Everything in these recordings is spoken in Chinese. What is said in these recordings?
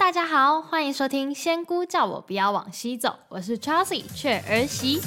大家好，欢迎收听仙姑叫我不要往西走，我是 Chelsea 雀儿媳。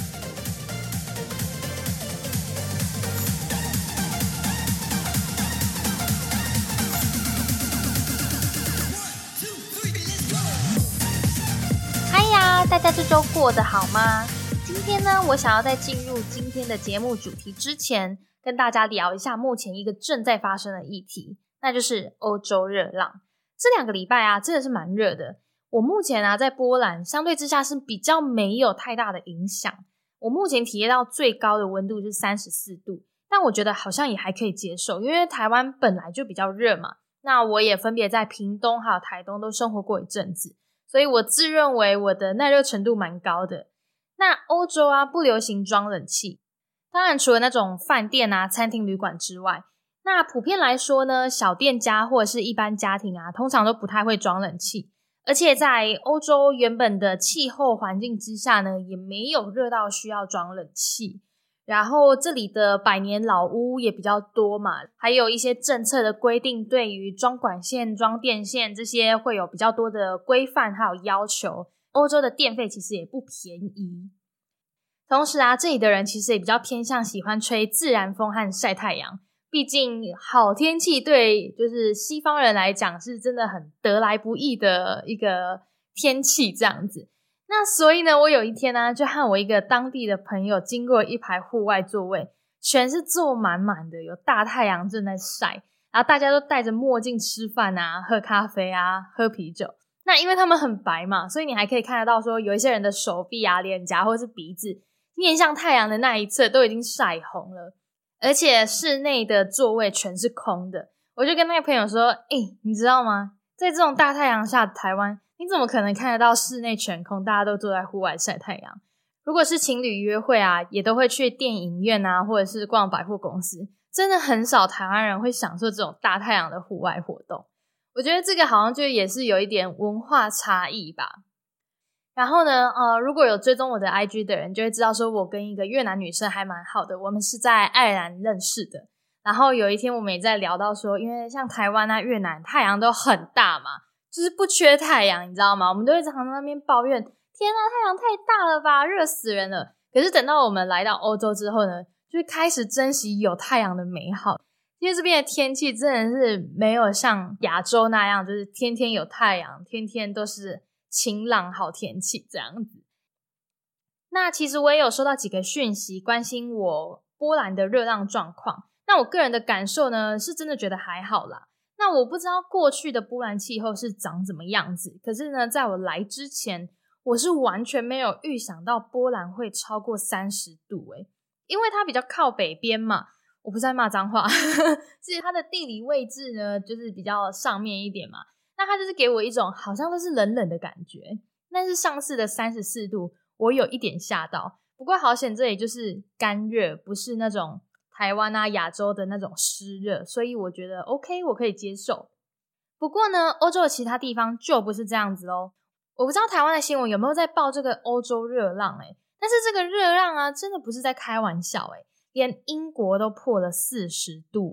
嗨呀，大家这周过得好吗？今天呢，我想要在进入今天的节目主题之前，跟大家聊一下目前一个正在发生的议题，那就是欧洲热浪。这2个礼拜啊，真的是蛮热的。我目前啊，在波兰相对之下是比较没有太大的影响。我目前体验到最高的温度是34度，但我觉得好像也还可以接受，因为台湾本来就比较热嘛。那我也分别在屏东还有台东都生活过一阵子，所以我自认为我的耐热程度蛮高的。那欧洲啊，不流行装冷气，当然除了那种饭店啊、餐厅、旅馆之外，那普遍来说呢，小店家或者是一般家庭啊，通常都不太会装冷气，而且在欧洲原本的气候环境之下呢，也没有热到需要装冷气。然后这里的百年老屋也比较多嘛，还有一些政策的规定，对于装管线、装电线这些会有比较多的规范还有要求。欧洲的电费其实也不便宜。同时啊，这里的人其实也比较偏向喜欢吹自然风和晒太阳。毕竟好天气对就是西方人来讲是真的很得来不易的一个天气这样子。那所以呢，我有一天呢，就和我一个当地的朋友经过一排户外座位，全是坐满满的，有大太阳正在晒，然后大家都戴着墨镜吃饭啊、喝咖啡啊、喝啤酒。那因为他们很白嘛，所以你还可以看得到说有一些人的手臂啊、脸颊或是鼻子面向太阳的那一侧都已经晒红了。而且室内的座位全是空的，我就跟那个朋友说你知道吗，在这种大太阳下的台湾，你怎么可能看得到室内全空，大家都坐在户外晒太阳？如果是情侣约会啊，也都会去电影院啊，或者是逛百货公司，真的很少台湾人会享受这种大太阳的户外活动。我觉得这个好像就也是有一点文化差异吧。然后呢如果有追踪我的 IG 的人就会知道说我跟一个越南女生还蛮好的，我们是在爱尔兰认识的。然后有一天我们也在聊到说，因为像台湾啊、越南太阳都很大嘛，就是不缺太阳，你知道吗？我们都会常常在那边抱怨，天啊，太阳太大了吧，热死人了。可是等到我们来到欧洲之后呢，就开始珍惜有太阳的美好。因为这边的天气真的是没有像亚洲那样，就是天天有太阳，天天都是晴朗好天气这样子。那其实我也有收到几个讯息关心我波兰的热浪状况，那我个人的感受呢是真的觉得还好啦。那我不知道过去的波兰气候是长怎么样子，可是呢在我来之前，我是完全没有预想到波兰会超过30度因为它比较靠北边嘛，我不是在骂脏话是它的地理位置呢就是比较上面一点嘛，那它就是给我一种好像都是冷冷的感觉。但是上次的34度我有一点吓到，不过好险这里就是干热，不是那种台湾啊亚洲的那种湿热，所以我觉得 OK， 我可以接受。不过呢欧洲的其他地方就不是这样子咯。我不知道台湾的新闻有没有在报这个欧洲热浪但是这个热浪啊真的不是在开玩笑连英国都破了40度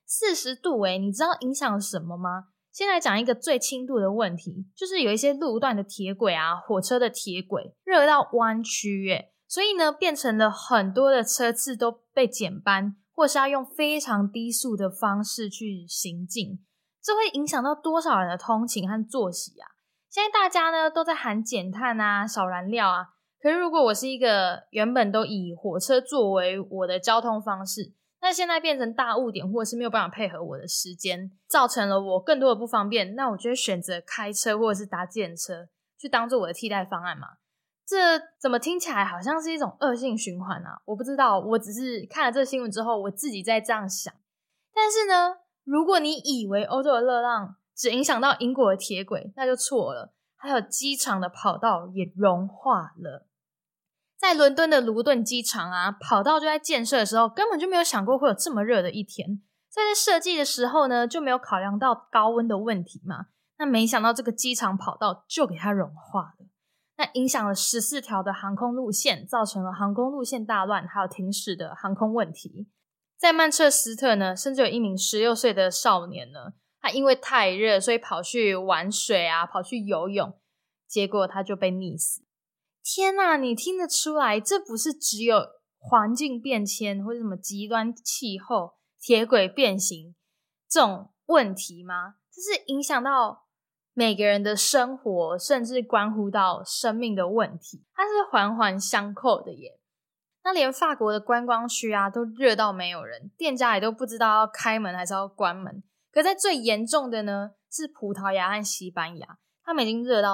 40度你知道影响什么吗？先来讲一个最轻度的问题，就是有一些路段的铁轨啊、火车的铁轨热到弯曲所以呢变成了很多的车次都被减班，或是要用非常低速的方式去行进。这会影响到多少人的通勤和作息啊？现在大家呢都在喊减碳啊、少燃料啊，可是如果我是一个原本都以火车作为我的交通方式，那现在变成大雾点或者是没有办法配合我的时间，造成了我更多的不方便，那我就会选择开车或者是搭计程车去当做我的替代方案嘛。这怎么听起来好像是一种恶性循环啊？我不知道，我只是看了这个新闻之后我自己在这样想。但是呢如果你以为欧洲的热浪只影响到英国的铁轨，那就错了，还有机场的跑道也融化了。在伦敦的卢顿机场啊，跑道就在建设的时候根本就没有想过会有这么热的一天，在这设计的时候呢就没有考量到高温的问题嘛，那没想到这个机场跑道就给它融化了，那影响了14条的航空路线，造成了航空路线大乱，还有停驶的航空问题。在曼彻斯特呢，甚至有一名16岁的少年呢他因为太热，所以跑去玩水啊，跑去游泳，结果他就被溺死。天哪，你听得出来，这不是只有环境变迁或者什么极端气候、铁轨变形这种问题吗？这是影响到每个人的生活，甚至关乎到生命的问题，它是环环相扣的耶。那连法国的观光区啊都热到没有人，店家也都不知道要开门还是要关门。可在最严重的呢是葡萄牙和西班牙，他们已经热到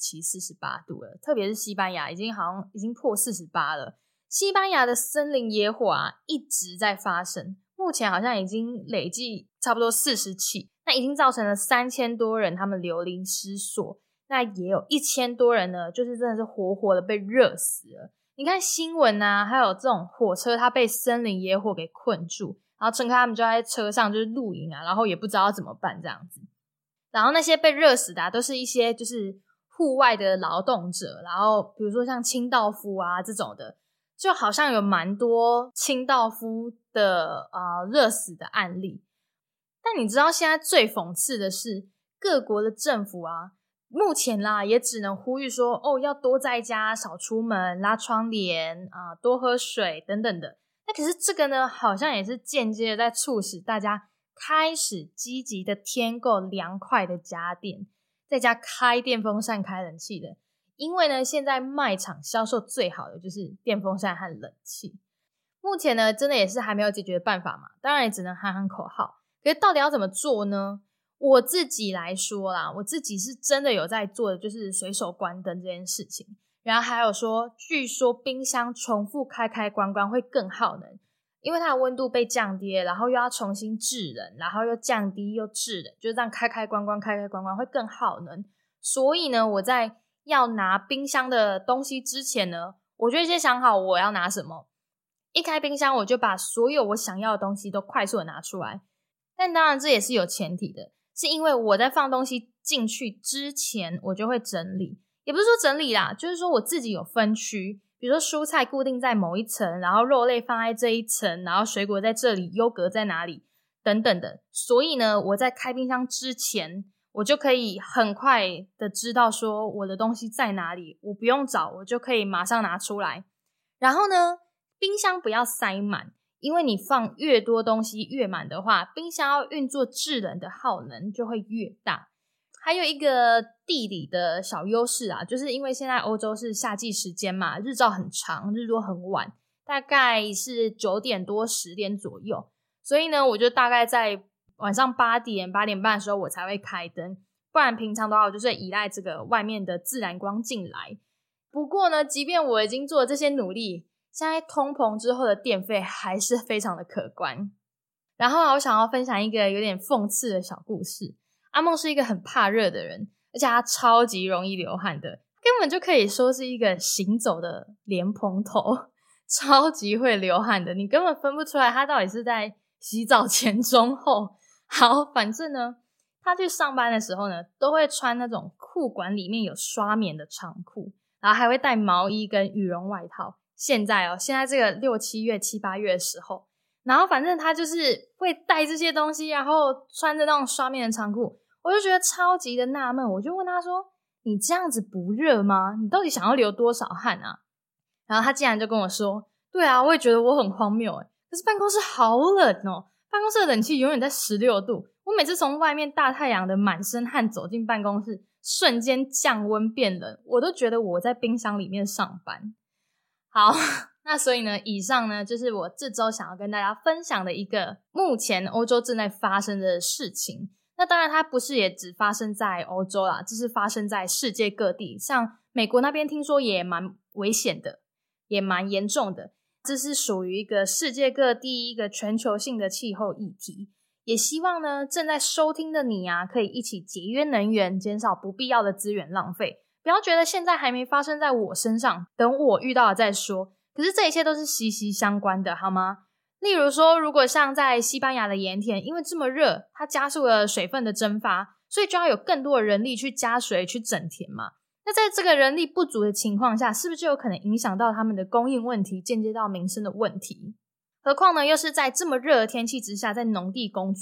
47、48度了，特别是西班牙已经破48了。西班牙的森林野火啊一直在发生，目前好像已经累计差不多40起，那已经造成了3000多人他们流离失所，那也有1000多人呢就是真的是活活的被热死了。你看新闻啊，还有这种火车它被森林野火给困住，然后乘客他们就在车上就是露营啊，然后也不知道怎么办这样子。然后那些被热死的都是一些就是户外的劳动者，然后比如说像清道夫啊这种的，就好像有蛮多清道夫的热死的案例。但你知道现在最讽刺的是，各国的政府啊目前啦也只能呼吁说要多在家少出门拉窗帘多喝水等等的。那可是这个呢好像也是间接的在促使大家开始积极的添购凉快的家电，在家开电风扇开冷气的。因为呢现在卖场销售最好的就是电风扇和冷气。目前呢真的也是还没有解决的办法嘛，当然也只能喊喊口号。可是到底要怎么做呢？我自己来说啦，我自己是真的有在做的就是随手关灯这件事情，然后还有说据说冰箱重复开关会更耗能，因为它的温度被降低，然后又要重新制冷，然后又降低又制冷，就这样开关会更耗能。所以呢我在要拿冰箱的东西之前呢，我就先想好我要拿什么，一开冰箱我就把所有我想要的东西都快速的拿出来。但当然这也是有前提的，是因为我在放东西进去之前我就会整理，也不是说整理啦，就是说我自己有分区，比如说蔬菜固定在某一层，然后肉类放在这一层，然后水果在这里，优格在哪里等等的。所以呢我在开冰箱之前我就可以很快的知道说我的东西在哪里，我不用找，我就可以马上拿出来。然后呢冰箱不要塞满，因为你放越多东西越满的话，冰箱要运作制冷的耗能就会越大。还有一个地理的小优势啊，就是因为现在欧洲是夏季时间嘛，日照很长，日落很晚，大概是9点多10点左右，所以呢我就大概在晚上8点8点半的时候我才会开灯，不然平常的话我就是依赖这个外面的自然光进来。不过呢即便我已经做了这些努力，现在通膨之后的电费还是非常的可观。然后我想要分享一个有点讽刺的小故事。阿梦是一个很怕热的人，而且他超级容易流汗的，根本就可以说是一个行走的莲蓬头，超级会流汗的，你根本分不出来他到底是在洗澡前中后。好，反正呢他去上班的时候呢都会穿那种裤管里面有刷棉的长裤，然后还会带毛衣跟羽绒外套。现在这个6、7月、7、8月的时候，然后反正他就是会带这些东西，然后穿着那种刷面的长裤，我就觉得超级的纳闷，我就问他说你这样子不热吗？你到底想要流多少汗啊？然后他竟然就跟我说对啊，我也觉得我很荒谬可是办公室好冷办公室的冷气永远在16度，我每次从外面大太阳的满身汗走进办公室，瞬间降温变冷，我都觉得我在冰箱里面上班。好，那所以呢以上呢就是我这周想要跟大家分享的一个目前欧洲正在发生的事情。那当然它不是也只发生在欧洲啦，这是发生在世界各地，像美国那边听说也蛮危险的，也蛮严重的。这是属于一个世界各地一个全球性的气候议题，也希望呢正在收听的你啊可以一起节约能源，减少不必要的资源浪费，不要觉得现在还没发生在我身上，等我遇到了再说。可是这一切都是息息相关的，好吗？例如说如果像在西班牙的盐田，因为这么热，它加速了水分的蒸发，所以就要有更多的人力去加水去整田嘛。那在这个人力不足的情况下，是不是就有可能影响到他们的供应问题，间接到民生的问题？何况呢又是在这么热的天气之下在农地工作，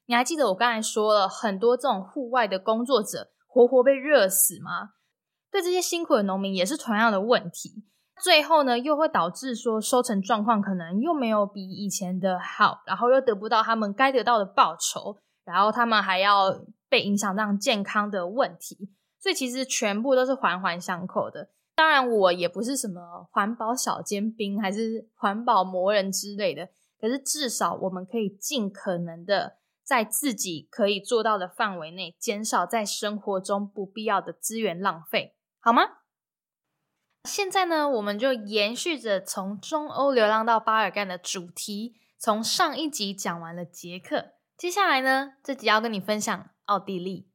你还记得我刚才说了很多这种户外的工作者活活被热死吗？对这些辛苦的农民也是同样的问题，最后呢又会导致说收成状况可能又没有比以前的好，然后又得不到他们该得到的报酬，然后他们还要被影响到健康的问题，所以其实全部都是环环相扣的。当然我也不是什么环保小尖兵还是环保魔人之类的，可是至少我们可以尽可能的在自己可以做到的范围内减少在生活中不必要的资源浪费，好吗？现在呢我们就延续着从中欧流浪到巴尔干的主题，从上一集讲完了捷克，接下来呢这集要跟你分享奥地利。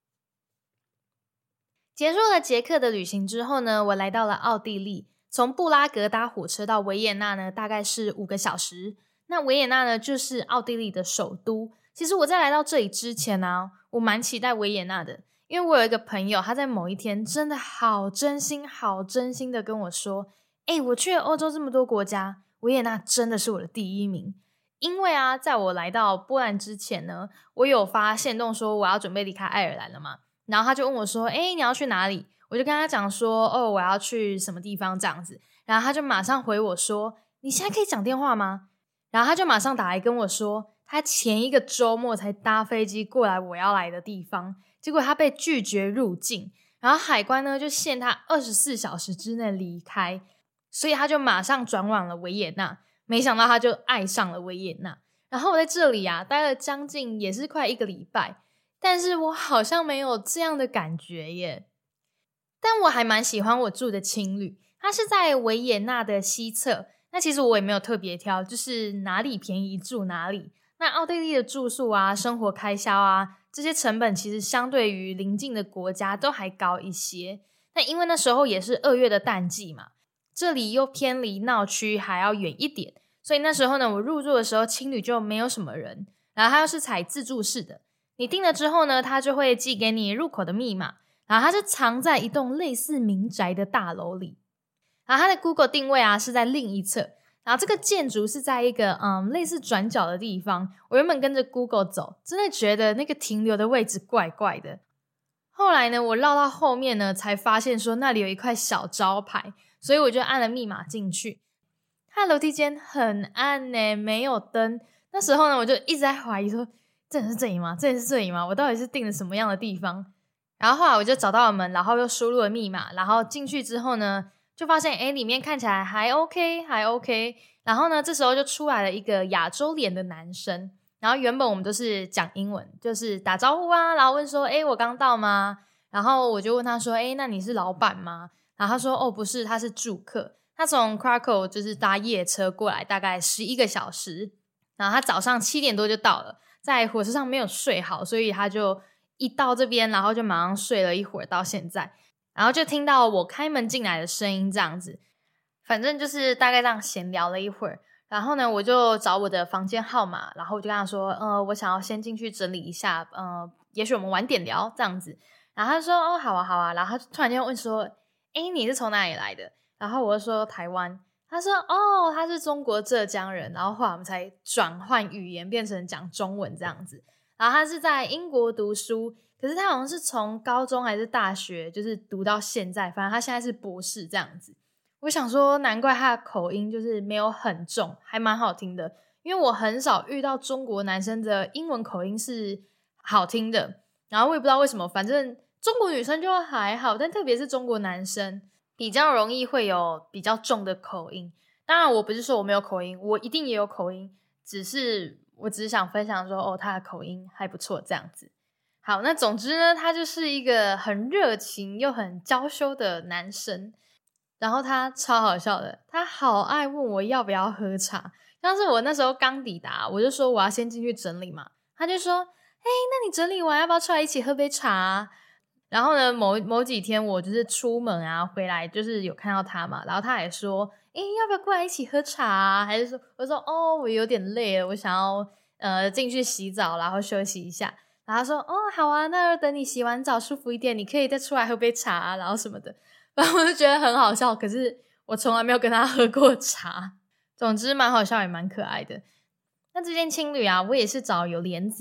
结束了捷克的旅行之后呢，我来到了奥地利，从布拉格搭火车到维也纳呢大概是5个小时。那维也纳呢就是奥地利的首都。其实我在来到这里之前啊，我蛮期待维也纳的，因为我有一个朋友，他在某一天真的好真心的跟我说，我去了欧洲这么多国家，维也纳真的是我的第1名。因为啊，在我来到波兰之前呢，我有发限动说我要准备离开爱尔兰了嘛，然后他就问我说你要去哪里？我就跟他讲说我要去什么地方这样子，然后他就马上回我说你现在可以讲电话吗？然后他就马上打来跟我说他前一个周末才搭飞机过来我要来的地方，结果他被拒绝入境，然后海关呢就限他24小时之内离开，所以他就马上转往了维也纳，没想到他就爱上了维也纳。然后我在这里啊待了将近也是快1个礼拜，但是我好像没有这样的感觉耶。但我还蛮喜欢我住的青旅，它是在维也纳的西侧，那其实我也没有特别挑，就是哪里便宜住哪里。那奥地利的住宿啊，生活开销啊，这些成本其实相对于邻近的国家都还高一些。那因为那时候也是2月的淡季嘛，这里又偏离闹区还要远一点，所以那时候呢我入住的时候青旅就没有什么人，然后它又是采自助式的，你订了之后呢它就会寄给你入口的密码，然后它是藏在一栋类似民宅的大楼里，然后它的 Google 定位啊是在另一侧，然后这个建筑是在一个类似转角的地方。我原本跟着 Google 走，真的觉得那个停留的位置怪怪的，后来呢我绕到后面呢才发现说那里有一块小招牌，所以我就按了密码进去。它的楼梯间很暗耶，没有灯。那时候呢我就一直在怀疑说这是这里吗？这是这里吗？我到底是订了什么样的地方？然后后来我就找到了门，然后又输入了密码，然后进去之后呢就发现里面看起来还 OK。然后呢这时候就出来了一个亚洲脸的男生，然后原本我们都是讲英文，就是打招呼啊，然后问说我刚到吗？然后我就问他说那你是老板吗？然后他说不是，他是住客，他从 Krakow 就是搭夜车过来大概11个小时，然后他早上7点多就到了，在火车上没有睡好，所以他就一到这边然后就马上睡了一会儿到现在，然后就听到我开门进来的声音这样子。反正就是大概这样闲聊了一会儿，然后呢我就找我的房间号码，然后我就跟他说我想要先进去整理一下，也许我们晚点聊这样子。然后他说好啊，然后他突然间问说你是从哪里来的？然后我就说台湾。他说他是中国浙江人，然后后来我们才转换语言变成讲中文这样子。然后他是在英国读书，可是他好像是从高中还是大学就是读到现在，反正他现在是博士这样子。我想说难怪他的口音就是没有很重，还蛮好听的，因为我很少遇到中国男生的英文口音是好听的，然后我也不知道为什么，反正中国女生就还好，但特别是中国男生比较容易会有比较重的口音。当然我不是说我没有口音，我一定也有口音，我只是想分享说他的口音还不错这样子。好，那总之呢他就是一个很热情又很娇羞的男生，然后他超好笑的，他好爱问我要不要喝茶。像是我那时候刚抵达，我就说我要先进去整理嘛，他就说那你整理完要不要出来一起喝杯茶啊？然后呢某几天我就是出门啊回来就是有看到他嘛，然后他也说要不要过来一起喝茶啊？还是说我说我有点累了，我想要进去洗澡然后休息一下。然后他说好啊，那等你洗完澡舒服一点，你可以再出来喝杯茶啊，然后什么的。然后我就觉得很好笑，可是我从来没有跟他喝过茶。总之蛮好笑也蛮可爱的。那这间青旅啊我也是找有帘子的，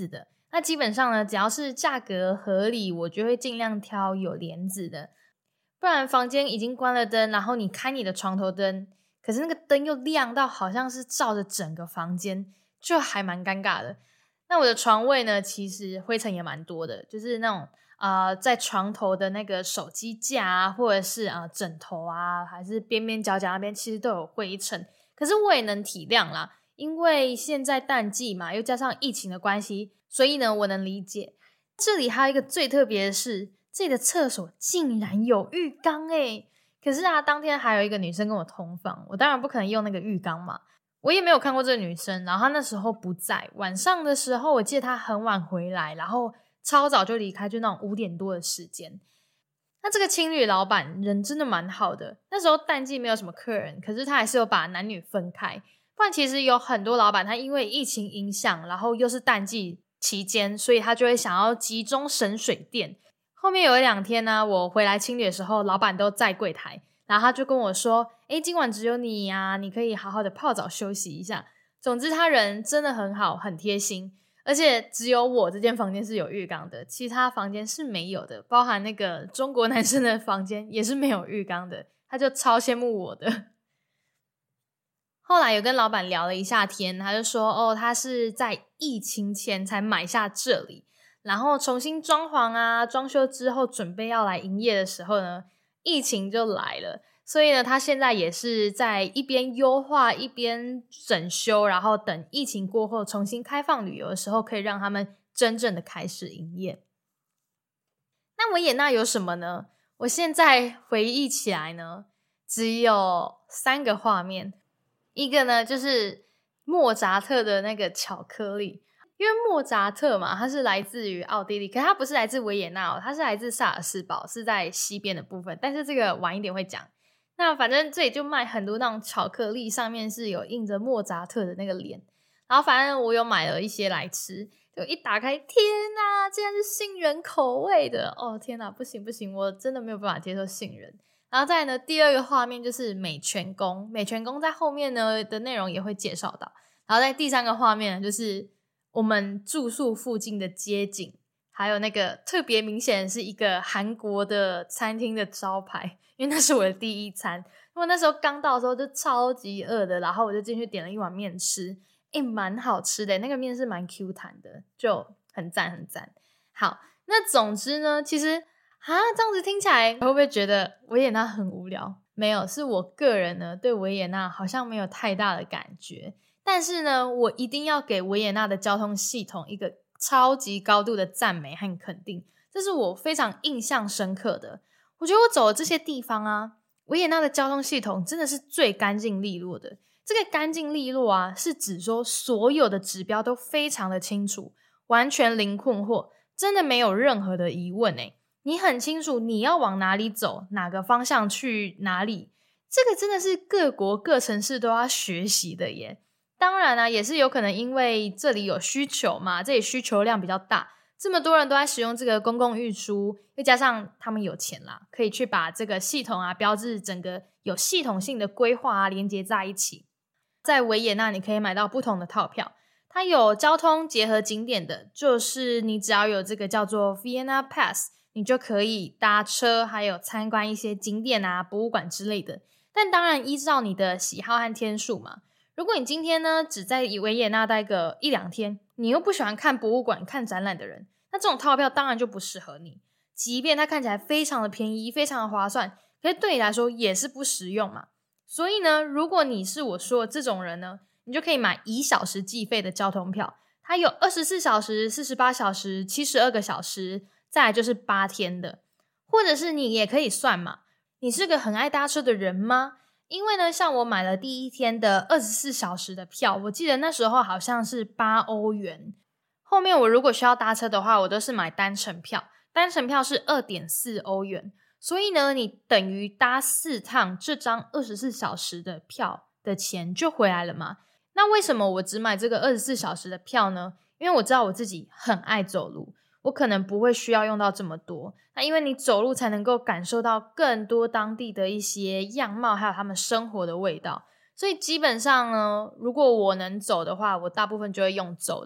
那基本上呢，只要是价格合理，我就会尽量挑有帘子的，不然房间已经关了灯，然后你开你的床头灯，可是那个灯又亮到好像是照着整个房间，就还蛮尴尬的。那我的床位呢，其实灰尘也蛮多的，就是那种在床头的那个手机架啊，或者是枕头啊，还是边边角角那边，其实都有灰尘。可是我也能体谅啦，因为现在淡季嘛，又加上疫情的关系，所以呢，我能理解。这里还有一个最特别的是，这里的厕所竟然有浴缸欸。可是当天还有一个女生跟我同房，我当然不可能用那个浴缸嘛。我也没有看过这个女生，然后她那时候不在，晚上的时候我记得她很晚回来，然后超早就离开，就那种5点多的时间。那这个青旅老板人真的蛮好的，那时候淡季没有什么客人，可是他还是有把男女分开。不然其实有很多老板他因为疫情影响，然后又是淡季期间，所以他就会想要集中省水电。后面有2天呢，我回来青旅的时候，老板都在柜台，然后他就跟我说今晚只有你啊，你可以好好的泡澡休息一下。总之他人真的很好，很贴心，而且只有我这间房间是有浴缸的，其他房间是没有的，包含那个中国男生的房间也是没有浴缸的，他就超羡慕我的。后来有跟老板聊了一下天，他就说他是在疫情前才买下这里，然后重新装潢啊，装修之后准备要来营业的时候呢，疫情就来了。所以呢，他现在也是在一边优化一边整修，然后等疫情过后重新开放旅游的时候，可以让他们真正的开始营业。那维也纳有什么呢？我现在回忆起来呢，只有3个画面。一个呢就是莫扎特的那个巧克力，因为莫扎特嘛，他是来自于奥地利，可他不是来自维也纳他是来自萨尔斯堡，是在西边的部分，但是这个晚一点会讲。那反正这里就卖很多那种巧克力，上面是有印着莫扎特的那个脸，然后反正我有买了一些来吃，就一打开，天哪，竟然是杏仁口味的，天哪，不行不行，我真的没有办法接受杏仁。然后再来呢，第2个画面就是美泉宫，美泉宫在后面呢的内容也会介绍到。然后在第3个画面呢，就是我们住宿附近的街景，还有那个特别明显是一个韩国的餐厅的招牌，因为那是我的第1餐。因为那时候刚到的时候就超级饿的，然后我就进去点了一碗面吃，蛮好吃的，那个面是蛮 Q 弹的，就很赞很赞。好，那总之呢，其实这样子听起来会不会觉得维也纳很无聊？没有，是我个人呢对维也纳好像没有太大的感觉，但是呢我一定要给维也纳的交通系统一个超级高度的赞美和肯定，这是我非常印象深刻的。我觉得我走的这些地方维也纳的交通系统真的是最干净利落的。这个干净利落是指说所有的指标都非常的清楚，完全零困惑，真的没有任何的疑问你很清楚你要往哪里走，哪个方向去哪里，这个真的是各国各城市都要学习的耶。当然也是有可能因为这里有需求嘛，这里需求量比较大，这么多人都在使用这个公共运输，又加上他们有钱啦，可以去把这个系统标志整个有系统性的规划连接在一起。在维也纳你可以买到不同的套票，它有交通结合景点的，就是你只要有这个叫做 Vienna Pass，你就可以搭车，还有参观一些景点博物馆之类的。但当然依照你的喜好和天数嘛，如果你今天呢只在维也纳待个1-2天，你又不喜欢看博物馆看展览的人，那这种套票当然就不适合你。即便它看起来非常的便宜，非常的划算，可是对你来说也是不实用嘛。所以呢，如果你是我说的这种人呢，你就可以买以小时计费的交通票，它有24小时、48小时、72个小时，再来就是8天的。或者是你也可以算嘛，你是个很爱搭车的人吗？因为呢，像我买了第1天的24小时的票，我记得那时候好像是8欧元。后面我如果需要搭车的话，我都是买单程票，单程票是 2.4 欧元。所以呢，你等于搭4趟这张24小时的票的钱就回来了嘛。那为什么我只买这个24小时的票呢？因为我知道我自己很爱走路，我可能不会需要用到这么多。那因为你走路才能够感受到更多当地的一些样貌，还有他们生活的味道。所以基本上呢，如果我能走的话，我大部分就会用走的，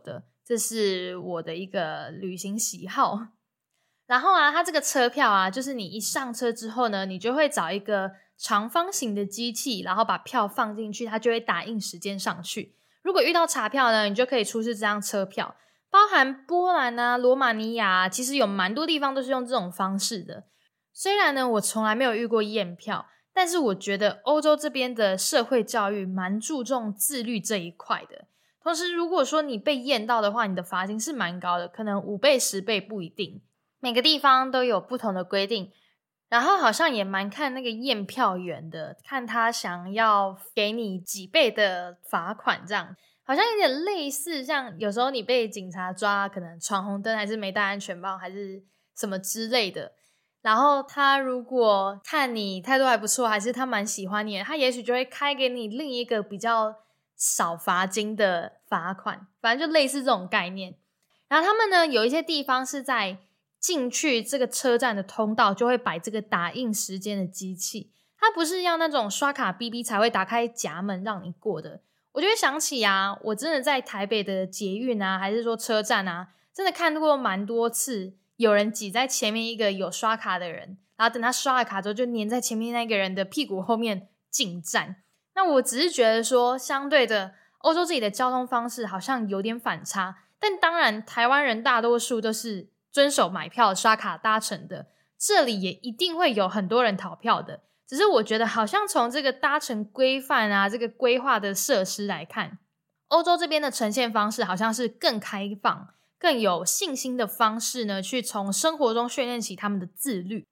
这是我的一个旅行喜好。然后啊，它这个车票啊，就是你一上车之后呢，你就会找一个长方形的机器，然后把票放进去，它就会打印时间上去。如果遇到查票呢，你就可以出示这张车票。包含波兰啊、罗马尼亚啊，其实有蛮多地方都是用这种方式的。虽然呢，我从来没有遇过验票，但是我觉得欧洲这边的社会教育蛮注重自律这一块的。同时，如果说你被验到的话，你的罚金是蛮高的，可能5倍、10倍不一定。每个地方都有不同的规定，然后好像也蛮看那个验票员的，看他想要给你几倍的罚款这样。好像有点类似，像有时候你被警察抓，可能闯红灯还是没戴安全帽还是什么之类的，然后他如果看你态度还不错，还是他蛮喜欢你的，他也许就会开给你另一个比较少罚金的罚款，反正就类似这种概念。然后他们呢，有一些地方是在进去这个车站的通道就会摆这个打印时间的机器，它不是要那种刷卡哔哔才会打开闸门让你过的。我就会想起啊，我真的在台北的捷运啊，还是说车站啊，真的看过蛮多次有人挤在前面一个有刷卡的人，然后等他刷了卡之后就黏在前面那个人的屁股后面进站。那我只是觉得说，相对的欧洲自己的交通方式好像有点反差，但当然台湾人大多数都是遵守买票刷卡搭乘的，这里也一定会有很多人逃票的。只是我觉得好像从这个搭乘规范啊，这个规划的设施来看，欧洲这边的呈现方式好像是更开放、更有信心的方式呢，去从生活中训练起他们的自律。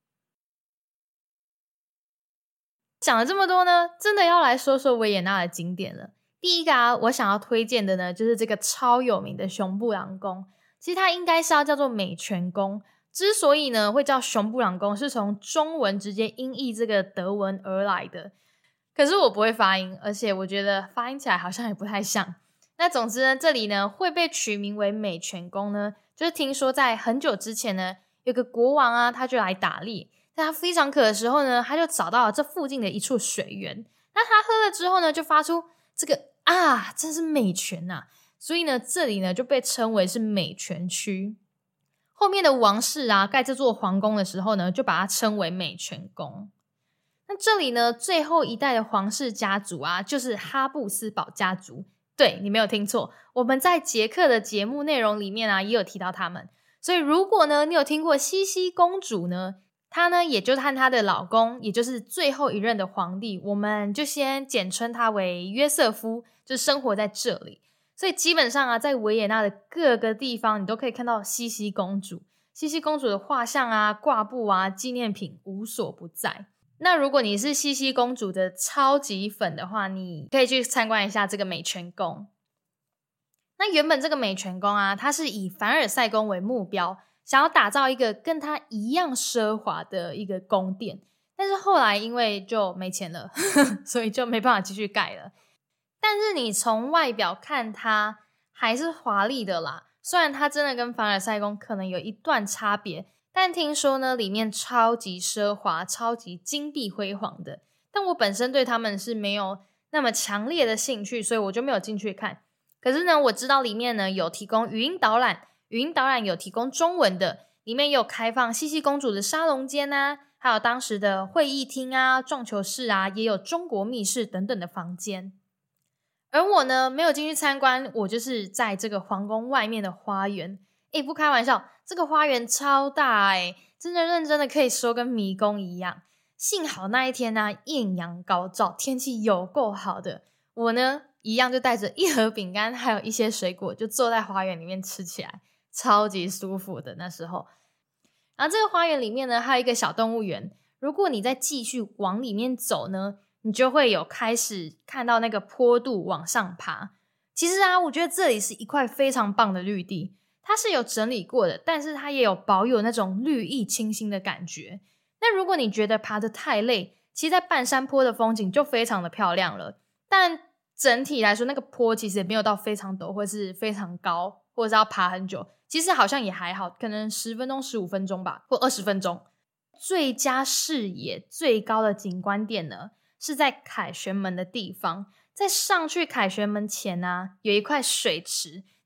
讲了这么多呢，真的要来说说维也纳的景点了。第一个啊，我想要推荐的呢，就是这个超有名的熊布朗宫。其实它应该是要叫做美泉宫，之所以呢会叫熊布朗宫，是从中文直接音译这个德文而来的。可是我不会发音，而且我觉得发音起来好像也不太像。那总之呢，这里呢会被取名为美泉宫呢，就是听说在很久之前呢，有个国王啊，他就来打猎，在他非常渴的时候呢，他就找到了这附近的一处水源。那他喝了之后呢，就发出这个啊，真是美泉啊！所以呢，这里呢就被称为是美泉区。后面的王室啊，盖这座皇宫的时候呢，就把它称为美泉宫。那这里呢，最后一代的皇室家族啊，就是哈布斯堡家族。对，你没有听错，我们在捷克的节目内容里面啊，也有提到他们。所以如果呢，你有听过茜茜公主呢，她呢，也就是和她的老公，也就是最后一任的皇帝，我们就先简称他为约瑟夫，就生活在这里。所以基本上啊，在维也纳的各个地方，你都可以看到茜茜公主。茜茜公主的画像啊、挂布啊、纪念品无所不在。那如果你是茜茜公主的超级粉的话，你可以去参观一下这个美泉宫。那原本这个美泉宫啊，它是以凡尔赛宫为目标，想要打造一个跟它一样奢华的一个宫殿。但是后来因为就没钱了所以就没办法继续盖了。但是你从外表看它还是华丽的啦，虽然它真的跟凡尔赛宫可能有一段差别，但听说呢里面超级奢华、超级金碧辉煌的。但我本身对他们是没有那么强烈的兴趣，所以我就没有进去看。可是呢，我知道里面呢有提供语音导览，语音导览有提供中文的，里面也有开放茜茜公主的沙龙间啊，还有当时的会议厅啊、撞球室啊，也有中国密室等等的房间。而我呢，没有进去参观，我就是在这个皇宫外面的花园。不开玩笑，这个花园超大真的认真的可以说跟迷宫一样。幸好那一天呢，艳阳高照，天气有够好的。我呢，一样就带着一盒饼干，还有一些水果，就坐在花园里面吃起来，超级舒服的那时候。然后这个花园里面呢，还有一个小动物园。如果你再继续往里面走呢，你就会有开始看到那个坡度往上爬。其实啊，我觉得这里是一块非常棒的绿地，它是有整理过的，但是它也有保有那种绿意清新的感觉。那如果你觉得爬得太累，其实在半山坡的风景就非常的漂亮了。但整体来说，那个坡其实也没有到非常陡，或是非常高，或者是要爬很久。其实好像也还好，可能10分钟、15分钟吧，或20分钟。最佳视野最高的景观点呢，是在凯旋门的地方。在上去凯旋门前啊，有一块水池，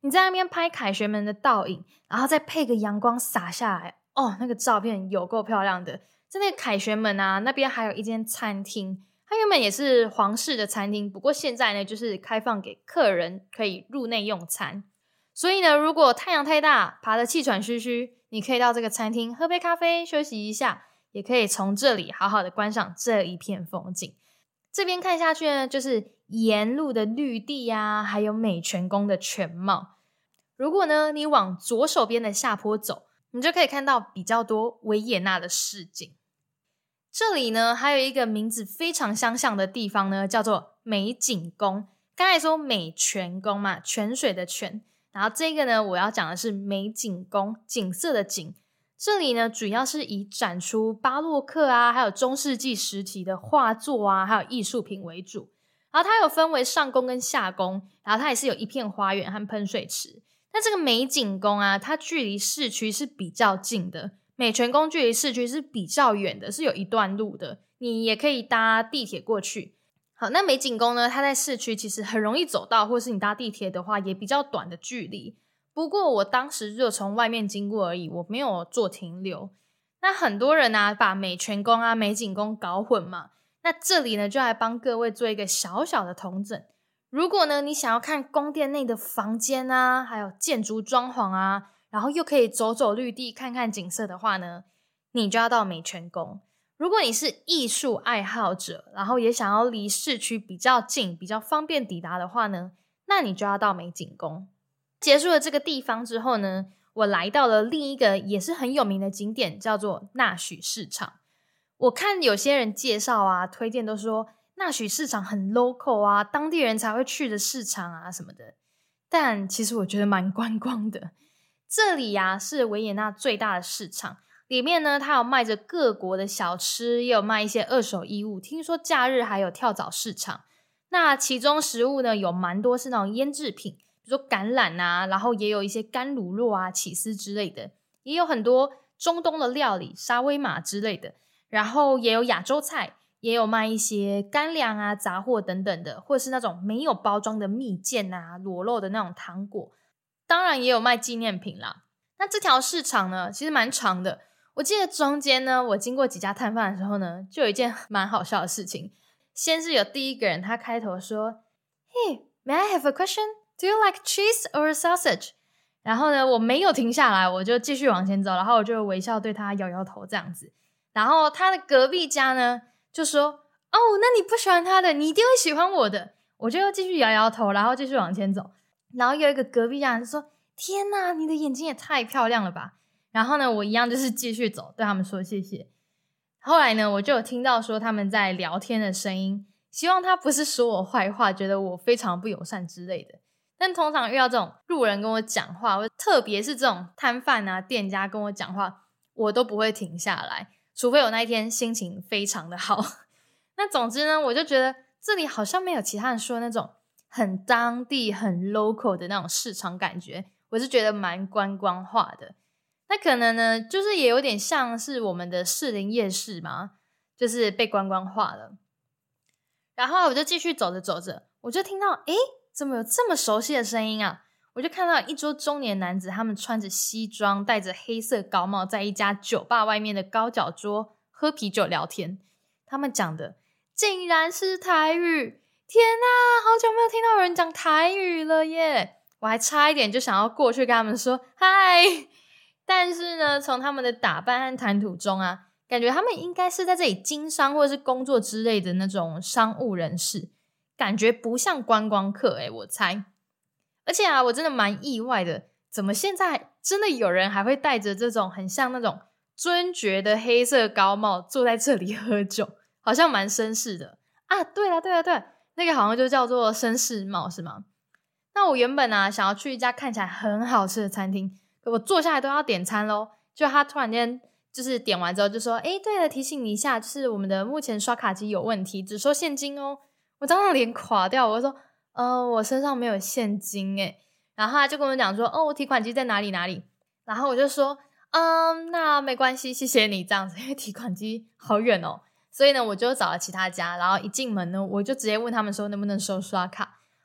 你在那边拍凯旋门的倒影，然后再配个阳光洒下来，那个照片有够漂亮的。在那个凯旋门啊，那边还有一间餐厅，它原本也是皇室的餐厅，不过现在呢就是开放给客人可以入内用餐。所以呢，如果太阳太大，爬得气喘吁吁，你可以到这个餐厅喝杯咖啡休息一下，也可以从这里好好的观赏这一片风景。这边看下去呢，就是沿路的绿地啊，还有美泉宫的全貌。如果呢你往左手边的下坡走，你就可以看到比较多维也纳的市景。这里呢还有一个名字非常相像的地方呢，叫做美景宫。刚才说美泉宫嘛，泉水的泉，然后这个呢我要讲的是美景宫，景色的景。这里呢主要是以展出巴洛克啊，还有中世纪时期的画作啊，还有艺术品为主。然后它有分为上宫跟下宫，然后它也是有一片花园和喷水池。那这个美景宫啊，它距离市区是比较近的，美泉宫距离市区是比较远的，是有一段路的，你也可以搭地铁过去。好，那美景宫呢，它在市区其实很容易走到，或是你搭地铁的话也比较短的距离。不过我当时就从外面经过而已，我没有做停留。那很多人啊把美泉宫啊美景宫搞混嘛，那这里呢就来帮各位做一个小小的统整。如果呢你想要看宫殿内的房间啊，还有建筑装潢啊，然后又可以走走绿地看看景色的话呢，你就要到美泉宫。如果你是艺术爱好者，然后也想要离市区比较近，比较方便抵达的话呢，那你就要到美景宫。结束了这个地方之后呢，我来到了另一个也是很有名的景点，叫做纳许市场。我看有些人介绍啊，推荐都说纳许市场很 local 啊，当地人才会去的市场啊什么的，但其实我觉得蛮观光的。这里啊是维也纳最大的市场，里面呢它有卖着各国的小吃，也有卖一些二手衣物，听说假日还有跳蚤市场。那其中食物呢有蛮多是那种腌制品，比如说橄榄啊，然后也有一些干乳酪啊、起司之类的，也有很多中东的料理、沙威玛之类的，然后也有亚洲菜，也有卖一些干粮啊、杂货等等的，或者是那种没有包装的蜜饯啊、裸露的那种糖果，当然也有卖纪念品啦。那这条市场呢其实蛮长的，我记得中间呢我经过几家摊贩的时候呢，就有一件蛮好笑的事情。先是有第一个人，他开头说 Hey, may I have a question? Do you like cheese or sausage? 然后呢我没有停下来，我就继续往前走，然后我就微笑对他摇摇头这样子。然后他的隔壁家呢就说那你不喜欢他的，你一定会喜欢我的。我就继续摇摇头，然后继续往前走。然后有一个隔壁家人就说天哪，你的眼睛也太漂亮了吧。然后呢我一样就是继续走，对他们说谢谢。后来呢我就有听到说他们在聊天的声音，希望他不是说我坏话，觉得我非常不友善之类的。但通常遇到这种路人跟我讲话，特别是这种摊贩啊店家跟我讲话，我都不会停下来，除非我那一天心情非常的好。那总之呢我就觉得这里好像没有其他人说的那种很当地很 local 的那种市场感觉，我是觉得蛮观光化的。那可能呢就是也有点像是我们的士林夜市嘛，就是被观光化了。然后我就继续走着走着，我就听到怎么有这么熟悉的声音啊。我就看到一桌中年男子，他们穿着西装，戴着黑色高帽，在一家酒吧外面的高脚桌喝啤酒聊天。他们讲的竟然是台语，天啊，好久没有听到有人讲台语了耶。我还差一点就想要过去跟他们说嗨，但是呢从他们的打扮和谈吐中啊，感觉他们应该是在这里经商或者是工作之类的那种商务人士，感觉不像观光客我猜。而且啊我真的蛮意外的，怎么现在真的有人还会戴着这种很像那种尊爵的黑色高帽坐在这里喝酒，好像蛮绅士的啊。对了，那个好像就叫做绅士帽是吗？那我原本啊想要去一家看起来很好吃的餐厅，可我坐下来都要点餐咯，就他突然间就是点完之后就说对了，提醒你一下，就是我们的目前刷卡机有问题，只收现金哦。我当场脸垮掉，我说我身上没有现金然后他就跟我讲说我提款机在哪里，然后我就说那没关系，谢谢你这样子，因为提款机好远所以呢我就找了其他家，然后一进门呢我就直接问他们说能不能收刷卡。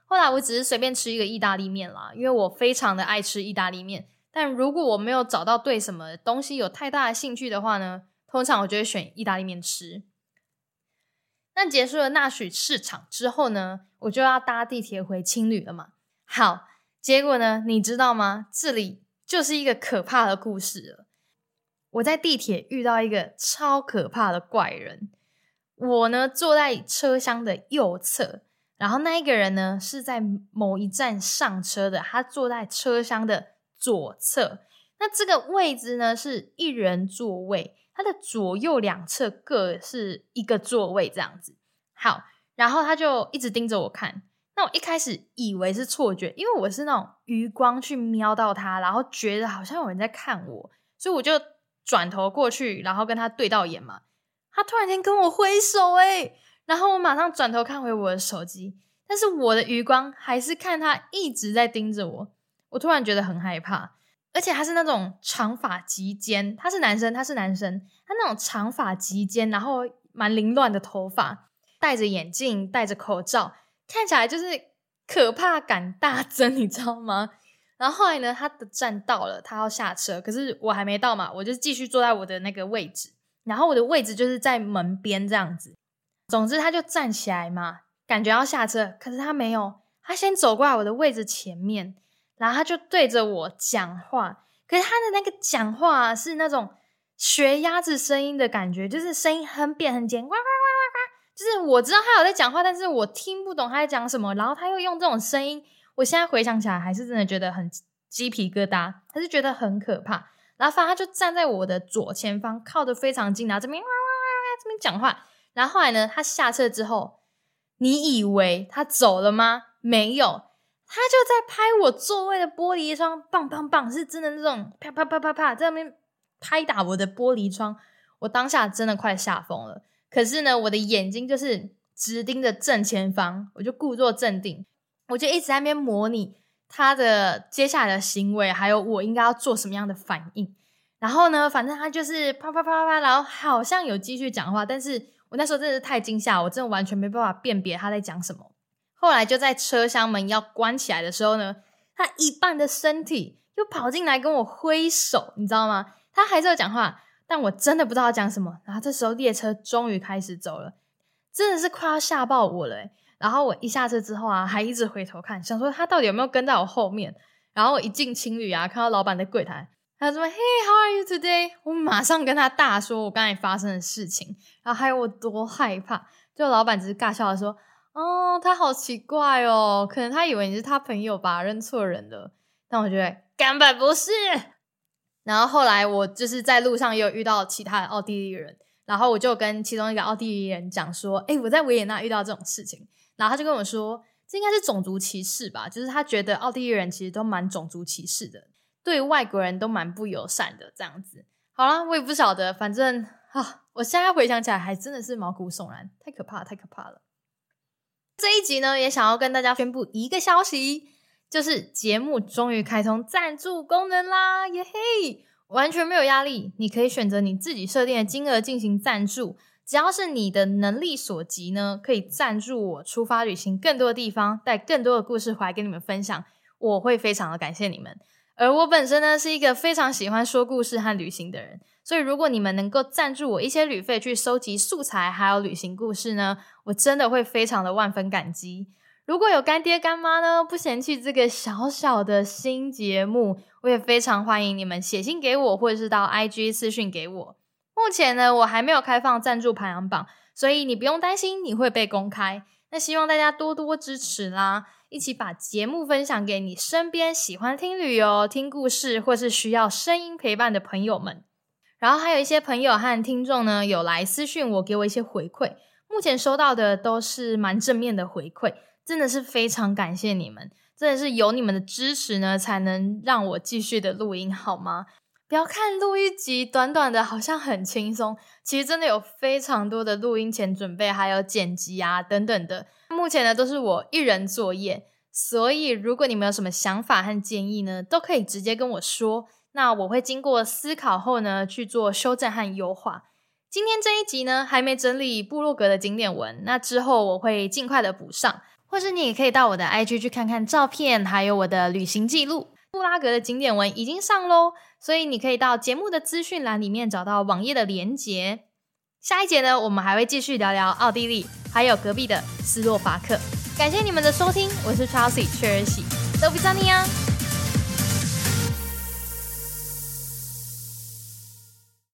后来我只是随便吃一个意大利面啦，因为我非常的爱吃意大利面，但如果我没有找到对什么东西有太大的兴趣的话呢，通常我就会选意大利面吃。那结束了纳许市场之后呢，我就要搭地铁回青旅了嘛。好，结果呢，你知道吗？这里就是一个可怕的故事了。我在地铁遇到一个超可怕的怪人。我呢坐在车厢的右侧，然后那一个人呢是在某一站上车的，他坐在车厢的左侧。那这个位置呢是一人座位，他的左右两侧各是一个座位这样子。好，然后他就一直盯着我看。那我一开始以为是错觉，因为我是那种余光去瞄到他，然后觉得好像有人在看我，所以我就转头过去，然后跟他对到眼嘛。他突然间跟我挥手然后我马上转头看回我的手机，但是我的余光还是看他一直在盯着我。我突然觉得很害怕，而且他是那种长发及肩，他是男生，他那种长发及肩，然后蛮凌乱的头发，戴着眼镜，戴着口罩，看起来就是可怕感大增，你知道吗？然后后来呢，他的站到了，他要下车，可是我还没到嘛，我就继续坐在我的那个位置，然后我的位置就是在门边这样子。总之他就站起来嘛，感觉要下车，可是他没有，他先走过来我的位置前面，然后他就对着我讲话，可是他的那个讲话是那种学鸭子声音的感觉，就是声音很扁很尖，呱呱呱呱呱，就是我知道他有在讲话，但是我听不懂他在讲什么，然后他又用这种声音，我现在回想起来还是真的觉得很鸡皮疙瘩，还是觉得很可怕。然后反正他就站在我的左前方，靠得非常近，然后这边这边讲话。然后后来呢，他下车之后，你以为他走了吗？没有，他就在拍我座位的玻璃窗，棒棒棒，是真的那种啪啪啪啪啪，在那边拍打我的玻璃窗。我当下真的快吓疯了，可是呢，我的眼睛就是直盯着正前方，我就故作镇定，我就一直在那边模拟他的接下来的行为，还有我应该要做什么样的反应。然后呢，反正他就是啪啪啪啪，然后好像有继续讲话，但是我那时候真的是太惊吓，我真的完全没办法辨别他在讲什么。后来就在车厢门要关起来的时候呢，他一半的身体又跑进来跟我挥手，你知道吗？他还是有讲话，但我真的不知道他讲什么。然后这时候列车终于开始走了，真的是快要吓爆我了然后我一下车之后啊，还一直回头看，想说他到底有没有跟在我后面。然后我一进青旅啊，看到老板在柜台，他说 Hey, how are you today? 我马上跟他大说我刚才发生的事情，然后还有我多害怕。就老板只是尬笑的说，哦，他好奇怪哦，可能他以为你是他朋友吧，认错人了。但我觉得根本不是。然后后来我就是在路上也有遇到其他的奥地利人，然后我就跟其中一个奥地利人讲说，我在维也纳遇到这种事情。然后他就跟我说，这应该是种族歧视吧，就是他觉得奥地利人其实都蛮种族歧视的，对外国人都蛮不友善的这样子。好啦，我也不晓得，反正我现在回想起来还真的是毛骨悚然，太可怕了。这一集呢，也想要跟大家宣布一个消息，就是节目终于开通赞助功能啦，耶嘿！完全没有压力，你可以选择你自己设定的金额进行赞助，只要是你的能力所及呢，可以赞助我出发旅行更多的地方，带更多的故事回来跟你们分享，我会非常的感谢你们。而我本身呢，是一个非常喜欢说故事和旅行的人，所以如果你们能够赞助我一些旅费去收集素材还有旅行故事呢，我真的会非常的万分感激。如果有干爹干妈呢，不嫌弃这个小小的新节目，我也非常欢迎你们写信给我，或者是到 IG 私讯给我。目前呢，我还没有开放赞助排行榜，所以你不用担心你会被公开。那希望大家多多支持啦，一起把节目分享给你身边喜欢听旅游、听故事或是需要声音陪伴的朋友们。然后还有一些朋友和听众呢，有来私讯我，给我一些回馈，目前收到的都是蛮正面的回馈，真的是非常感谢你们，真的是有你们的支持呢，才能让我继续的录音，好吗？不要看录一集短短的好像很轻松，其实真的有非常多的录音前准备，还有剪辑啊等等的，目前呢都是我一人作业，所以如果你们有什么想法和建议呢，都可以直接跟我说，那我会经过思考后呢去做修正和优化。今天这一集呢还没整理部落格的景点文，那之后我会尽快的补上。 或是你也可以到我的 IG 去看看照片，还有我的旅行记录。布拉格的景点文已经上咯，所以你可以到节目的资讯栏里面找到网页的连结。下一节呢，我们还会继续聊聊奥地利，还有隔壁的斯洛伐克。感谢你们的收听，我是 Chelsea 雀儿喜，都比扎尼亚。